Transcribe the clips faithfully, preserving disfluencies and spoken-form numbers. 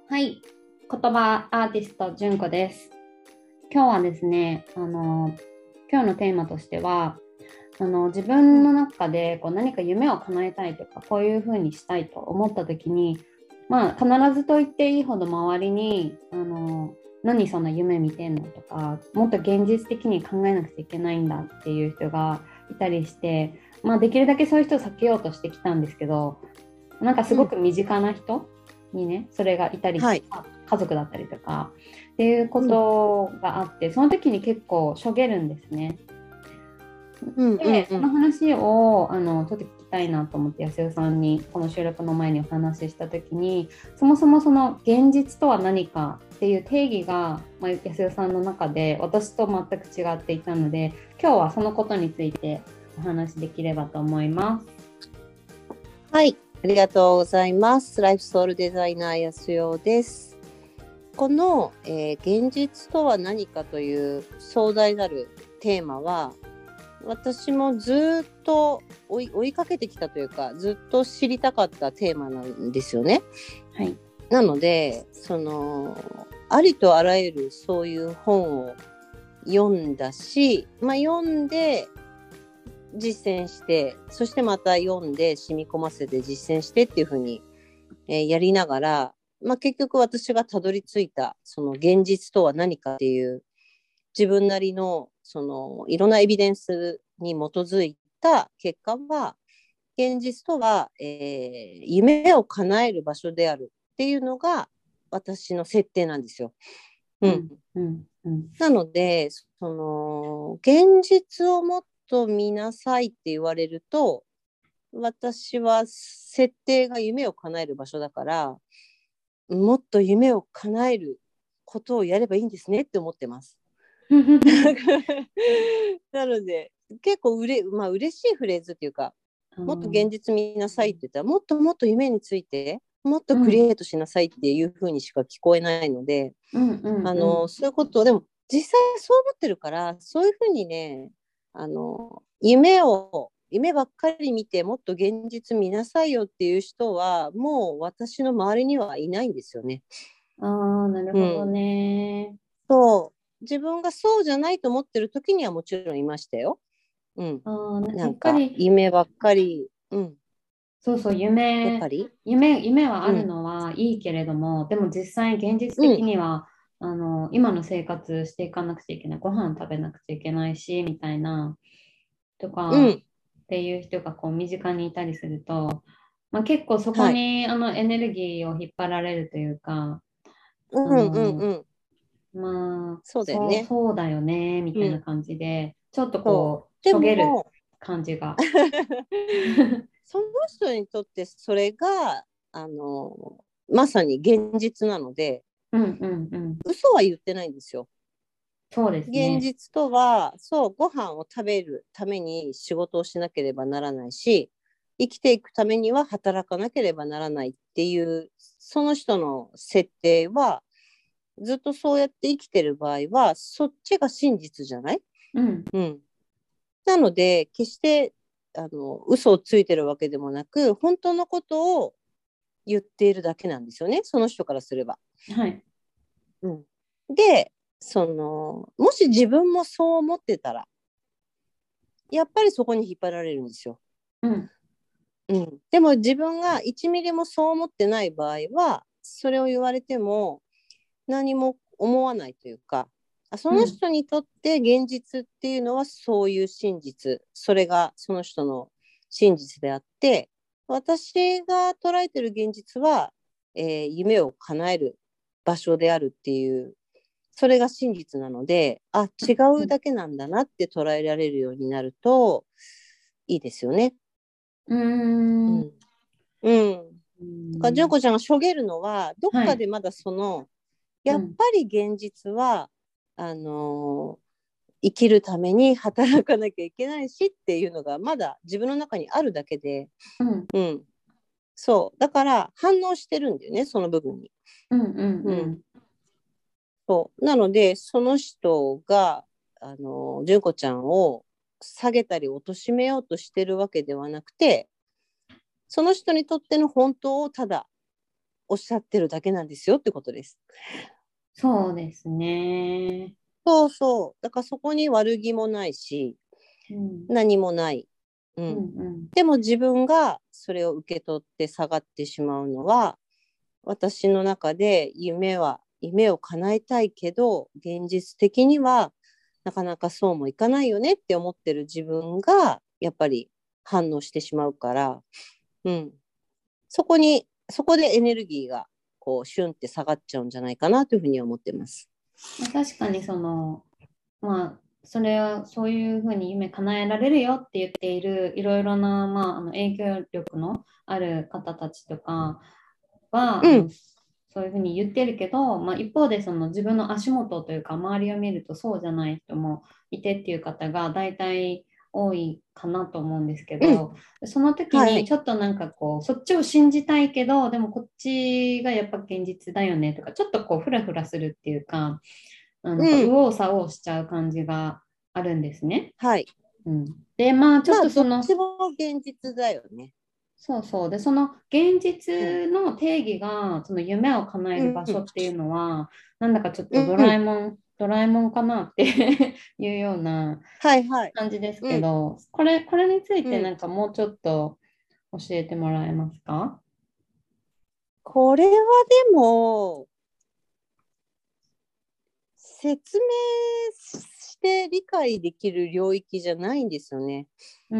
はい、言葉アーティスト純子です。今日はですね、あの今日のテーマとしては、あの自分の中でこう何か夢を叶えたいとか、こういう風にしたいと思った時に、まあ必ずと言っていいほど周りにあの何そんな夢見てんのとか、もっと現実的に考えなくちゃいけないんだっていう人がいたりして、まあできるだけそういう人を避けようとしてきたんですけど、なんかすうん、 ごく身近な人にね、それがいたりはい。 家族だったりとかっていうこうん、 とがあって、その時に結構しょげるんですね。 うん、うん、 で、そのうん。 話をあのちょっと聞きたいなと思って安代さんにこの収録の前にお話しした時に、そもそもその現実とは何かっていう定義が、まあ、安代さんの中で私と全く違っていたので、今日はそのことについてお話しできればと思います。 はい。ありがとうございます。ライフソウルデザイナー安代です。この、えー現実とは何かという壮大なるテーマは、私もずっと追い、追いかけてきたというか、ずっと知りたかったテーマなんですよね。 はい。 なので、その、ありとあらゆるそういう本を読んだし、まあ、読んで、実践して、そしてまた読んで染み込ませて実践してっていうふうに、えーやりながら、まあ、結局私がたどり着いたその現実とは何かっていう自分なりのそのいろんなエビデンスに基づいた結果は、現実とは、えー夢を叶える場所であるっていうのが私の設定なんですよ。うん、 うんうんうんなので、その現実をもっと見なさいって言われると、私は設定が夢を叶える場所だから、もっと夢を叶えることをやればいいんですねって思ってます。なので、結構うれ、まあ嬉しいフレーズっていうか、もっと現実見なさいって言ったら、もっともっと夢について、もっとクリうんエイトしなさいっていう風にしか聞こえないので、 うんうんあの、 うんそういうことを、でも実際そう思ってるから、そういう風にね、あの、夢を、夢ばっかり見てもっと現実見なさいよっていう人はもう私の周りにはいないんですよね。 ああ、なるほどうん。 ね。 そう。自分がそうじゃないと思ってる時にはもちろんいましたよ。うん。 ああ、なやっなんかぱり、 夢ばっかり。うん。 そうそう、夢、 やっぱり。 夢、夢はあるうん。 のはいいけれども、でも実際現実うん。 的には、あの、今の生活していかなくちゃいけない、ご飯食べなくちゃいけないし、みたいな、とか、 うん。 っていう人がこう身近にいたりすると、まあ、結構そこはい。 にあのエネルギーを引っ張られるというか、あうんうんの、 うん。 まあ、そう、 そうだよね。 そうだよね、みたうん。 いな感じで、ちょっとそう。 こう、しでょげるも、 感じが。 その人にとってそれが、あの、まさに現実なので、 うんうんうん。 嘘は言ってないんですよ。 そうですね。 現実とは、そう、ご飯を食べるために仕事をしなければならないし、生きていくためには働かなければならないっていう、その人の設定は、ずっとそうやって生きてる場合は、そっちが真実じゃない。 うん。 うん。なので、決して、あの、嘘をついてるわけでもなく、本当のことを言っているだけなんですよね、その人からすれば。 はい。 うん。で、その、もし自分もそう思ってたら、やっぱりそこに引っ張られるんですよ。 うん。 うん、でも自分がいちミリもそう思ってない場合は、それを言われても何も思わないというか、そのうん。 人にとって現実っていうのはそういう真実、それがその人の真実であって、私が捉えてる現実は、えー夢を叶える場所であるっていう、それが真実なので、あ、違うだけなんだなって捉えられるようになるといいですよね。 うん。うーん。 うん。うん。 うだから、純ん。 子ちゃんがしょげるのは、どっはい。 かでまだその、やっうん。 ぱり現実は、あのー生きるために働かなきゃいけないしっていうのがまだ自分の中にあるだけで、 うん。 うん。そう。だから反応してるんだよね、その部分に。 うん。うん。 うん。 うん。 そう。なので、その人が、あのー、純子ちゃんを下げたり貶めようとしてるわけではなくて、その人にとっての本当をただおっしゃってるだけなんですよってことです。 そうですね。 そうそう。だからそこに悪気もないし、 うん、 何もない。ううん、 ん。 うん、 でも自分がそれを受け取って下がってしまうのは、私の中で夢は、夢を叶えたいけど、現実的にはなかなかそうもいかないよねって思ってる自分が、やっぱり反応してしまうから、うん。そこに、そこでエネルギーが、こう、シュンって下がっちゃうんじゃないかなというふうには思ってます。 まあ、確かにその、まあ、それはそういうふうに夢叶えられるよって言っているいろいろな、まあ、あの影響力のある方たちとかはあのうん。 そういうふうに言ってるけど、まあ、一方でその自分の足元というか周りを見るとそうじゃない人もいてっていう方が大体多いかなと思うんですけうん。 ど、その時はい。 にちょっとなんかこうそっちを信じたいけどでもこっちがやっぱ現実だよねとかちょっとこうフラフラするっていうか、あなんか右うん。 往左往しちゃう感じがあるんですね。 はい。 うん、で、まあちょっまあ、どっとその、 ちも現実だよね。 そうそう。で、その現うん。 実の定義が、その夢を叶える場所うん。 っていうのは、なんだかちょっとドラえうん。 もん、ドラえもんかなっていうようなはいはい。 感じですうん。 けど、これ、これについてうん。 なんかもうちょっと教えてもらえますか？ これはでも、説明して理解できる領域じゃないんですよね。 うん、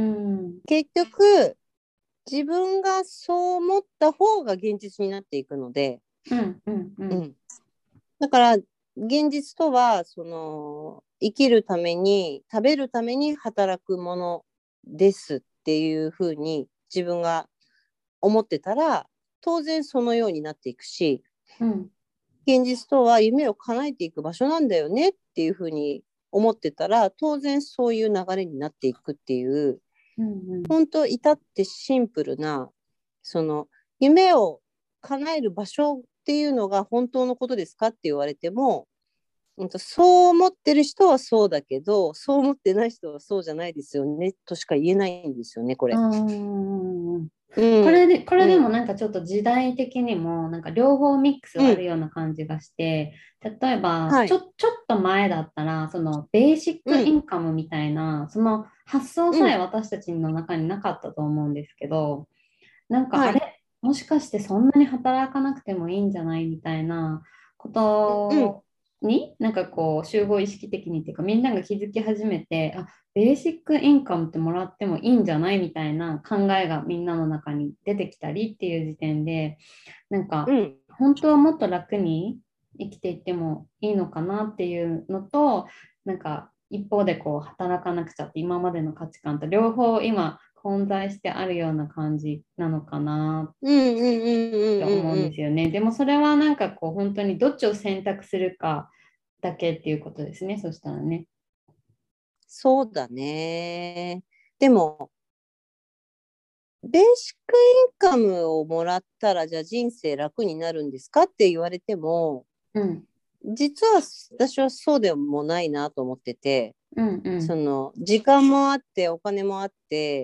結局、自分がそう思った方が現実になっていくので、 うん、うん、うん、 うん。だから、現実とは、その、生きるために、食べるために働くものですっていうふうに自分が思ってたら、当然そのようになっていくし、 うん、 現実とは夢を叶えていく場所なんだよねっていうふうに思ってたら、当然そういう流れになっていくっていう、 うん、うん、 本当至ってシンプルな、その夢を叶える場所っていうのが本当のことですかって言われても、うんとそう思ってる人はそうだけど、そう思ってない人はそうじゃないですよねとしか言えないんですよね、こうれ。 ん。 うん、 これで、これでもうん、 なんかちょっと時代的にもなんか両方ミックスあるうん。 ような感じがして、例えばはい。 ちょ、ちょっと前だったらそのベーシックうん、 インカムみたいなその発想さえうん。 私たちの中になかったと思うんですけど、なんかはい。 あれ、もしかしてそんなに働かなくてもいいんじゃないみたいなこうん、 とに、なんかこう集合意識的にっていうかみんなが気づき始めて、あ、ベーシックインカムってもらってもいいんじゃないみたいな考えがみんなの中に出てきたりっていう時点で、なんかうん。 本当はもっと楽に生きていってもいいのかなっていうのと、なんか一方でこう働かなくちゃって今までの価値観と両方今混在してあるような感じなのかなっうんうんうんうんて思うんうんうん。 ですよね。でもそれはなんかこう本当にどっちを選択するかだけっていうことですね。そしたらね。 そうだね。でも、ベーシックインカムをもらったら、じゃあ人生楽になるんですかって言われても、 うん、 実は私はそうでもないなと思ってて、 うん、うん、 その、時間もあって、お金もあって、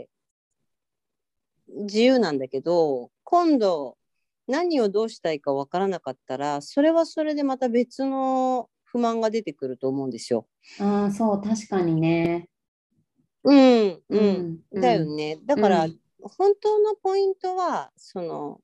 自由なんだけど、今度、何をどうしたいかわからなかったら、それはそれでまた別の不満が出てくると思うんですよ。 ああ、そう、確かにね。 うん、うん。 うん、うん、 だよね。だから、 うん、 本当のポイントは、その、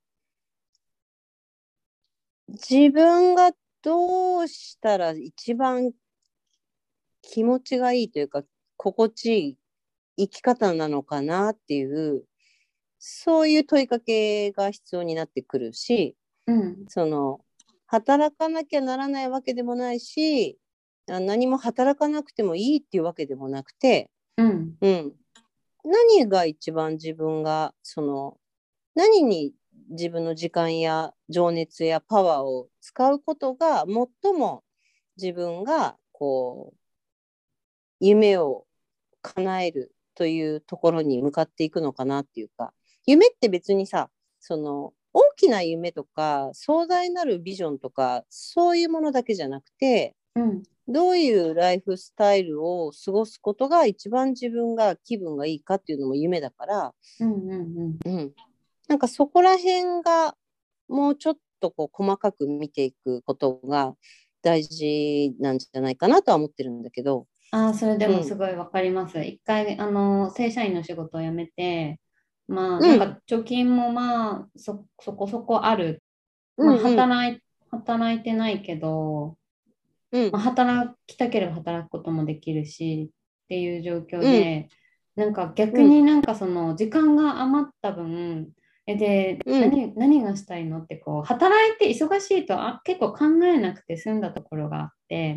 自分がどうしたら一番気持ちがいいというか、心地いい生き方なのかなっていう、そういう問いかけが必要になってくるし、 うん、 その、働かなきゃならないわけでもないし、何も働かなくてもいいっていうわけでもなくて、 うん、 うん。何が一番自分が、その、何に自分の時間や情熱やパワーを使うことが最も自分がこう夢を叶えるというところに向かっていくのかなっていうか、夢って別にさ、その大きな夢とか壮大なるビジョンとかそういうものだけじゃなくて、 うん、 どういうライフスタイルを過ごすことが一番自分が気分がいいかっていうのも夢だから、 うん、うん、うん。 うん、なんかそこら辺がもうちょっとこう細かく見ていくことが大事なんじゃないかなとは思ってるんだけど。 ああ、それでうん。 もすごいわかります。一回、あの、正社員の仕事を辞めて、まあ、なんうん。 か貯金もまあ、そ、そこそこある。まあ、 うんうん。 働い、働いてないけど、まあ、 うん。 働きたければ働くこともできるしっていう状況うん。 で、なんか逆うん。 になんかその時間が余った分、え、で、 うん。 何、何がしたいのってこう、働いて忙しいとあ結構考えなくて済んだところがあって、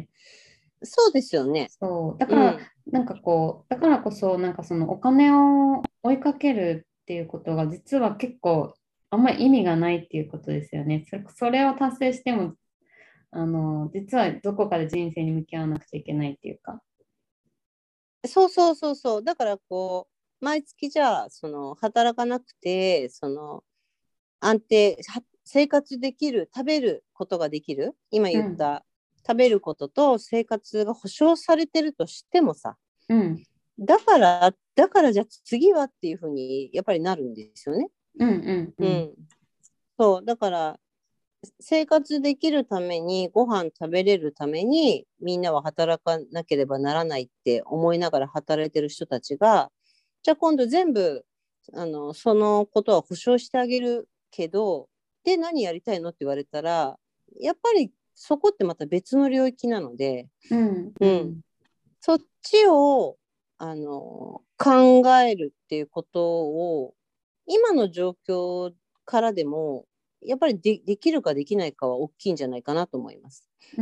そうですよね。 そう。だから、 うん。 なんかこう、だからこそ、なんかそのお金を追いかけるっていうことが、実は結構、あんまり意味がないっていうことですよね。それ、それを達成しても、あの、実はどこかで人生に向き合わなくちゃいけないっていうか。 そうそうそうそう。だからこう、毎月じゃあ、その、働かなくて、その、安定、は生活できる、食べることができる。今うん、 言った食べることと生活が保障されてるとしてもさ、 うん、 だから、だからじゃあ次はっていうふうにやっぱりなるんですよね。 うん、うん、うん、 うん。そう、だから生活できるために、ご飯食べれるために、みんなは働かなければならないって思いながら働いてる人たちが、じゃあ今度全部、あの、そのことは保証してあげるけど、で、何やりたいのって言われたら、やっぱりそこってまた別の領域なので、 うん、ううん、 ん、 そっちを、あの、考えるっていうことを、今の状況からでも、やっぱりでできるかできないかは大きいんじゃないかなと思います。 うん、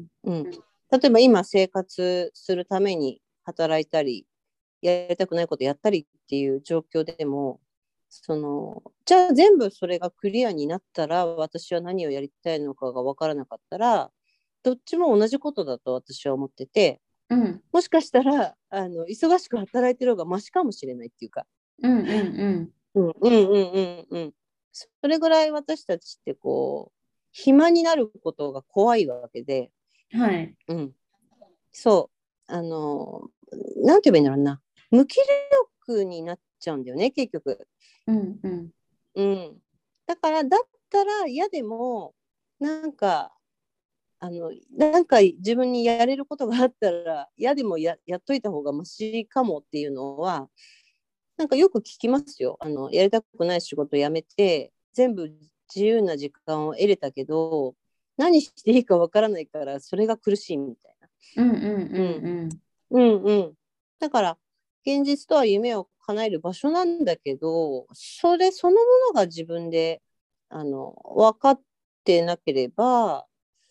うん、例えば今生活するために働いたり、やりたくないことやったりっていう状況でも、そのじゃあ全部それがクリアになったら、私は何をやりたいのかが分からなかったら、どっちも同じことだと私は思ってて、 うん、 もしかしたらあの忙しく働いてる方がマシかもしれないっていうか、 うん、うん、うん、 うんうんうんうんうん。それぐらい私たちってこう、暇になることが怖いわけで、 はい、 うん。そう。あの、なんて言えばいいんだろうな。無気力になっちゃうんだよね、結局。 うん、うん、 うん。だから、だったら嫌でも、なんか、あの、なんか自分にやれることがあったら、嫌でもややっといた方がマシかもっていうのは、なんかよく聞きますよ。あの、やりたくない仕事辞めて、全部自由な時間を得れたけど、何していいかわからないから、それが苦しいみたいな。 うん、うん、 うん。 うん、 うんうん。だから、現実とは夢を叶える場所なんだけど、それそのものが自分で、あの、分かってなければ、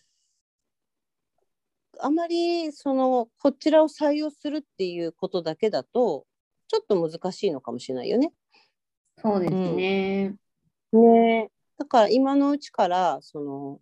あまり、その、こちらを採用するっていうことだけだと、ちょっと難しいのかもしれないよね。 そうですうん。 ね。 ね。だから今のうちから、その、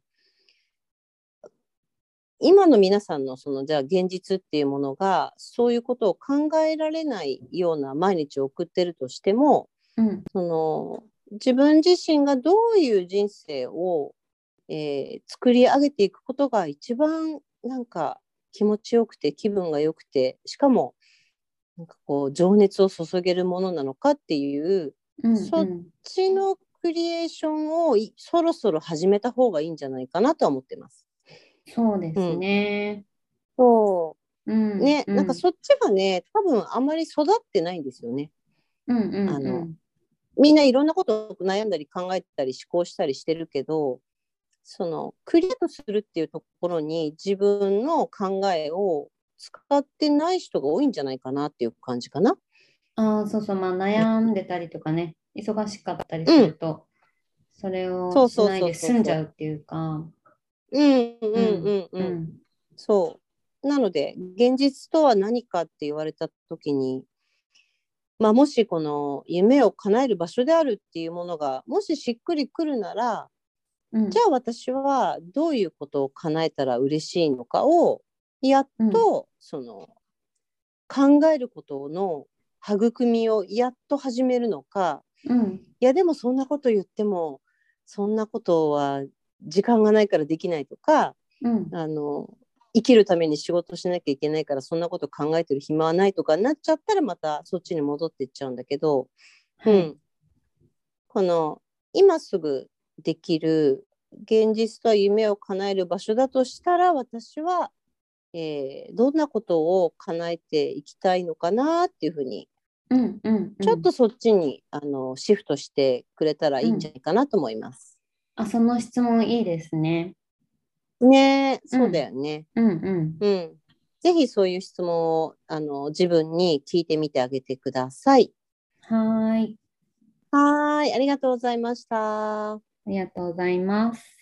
今の皆さんのそのじゃあ現実っていうものがそういうことを考えられないような毎日を送ってるとしても、 うん、 その自分自身がどういう人生を、えー作り上げていくことが一番なんか気持ちよくて気分が良くて、しかもなんかこう情熱を注げるものなのかっていう、 うん、うそっん。 ちのクリエーションをそろそろ始めた方がいいんじゃないかなとは思ってます。 そうですうん。 ね。 そうん、 ね、 うん、 なんかそっちがね、多分あんまり育ってないんですよね。 うん、うん、うあの、 ん。 みんないろんなことを悩んだり考えたり思考したりしてるけど、そのクリエイトするっていうところに自分の考えを使ってない人が多いんじゃないかなっていう感じかな。 ああ、そうそう、まあ悩んでたりとかね、忙しかったりうん。 すると、それをしないそうそうそうで済んじそうそゃうっていうか、 う。うんうんうん、 うんうん。 うん、 そう。なので、現実とは何かって言われた時に、まあ、もしこの夢を叶える場所であるっていうものが、もししっくりくるなら、 うん、 じゃあ私はどういうことを叶えたら嬉しいのかを、やっうん、 と、その、考えることの育みをやっと始めるのか、 うん、 いやでもそんなこと言っても、そんなことは時間がないからできないとか、 うん、 あの、生きるために仕事しなきゃいけないからそんなこと考えてる暇はないとかなっちゃったらまたそっちに戻っていっちゃうんだけど、うはい、 ん、この今すぐできる現実と夢を叶える場所だとしたら、私は、えーどんなことを叶えていきたいのかなっていうふうに、 うんうんうん。 ちょっとそっちにあのシフトしてくれたらいいんじゃうん。 ないかなと思います。 あ、その質問いいですね。 ねえ、そうだうん。 よね。 うんうん。 うん。ぜひそういう質問をあの自分に聞いてみてあげてください。 はーい。 はーい、ありがとうございました。 ありがとうございます。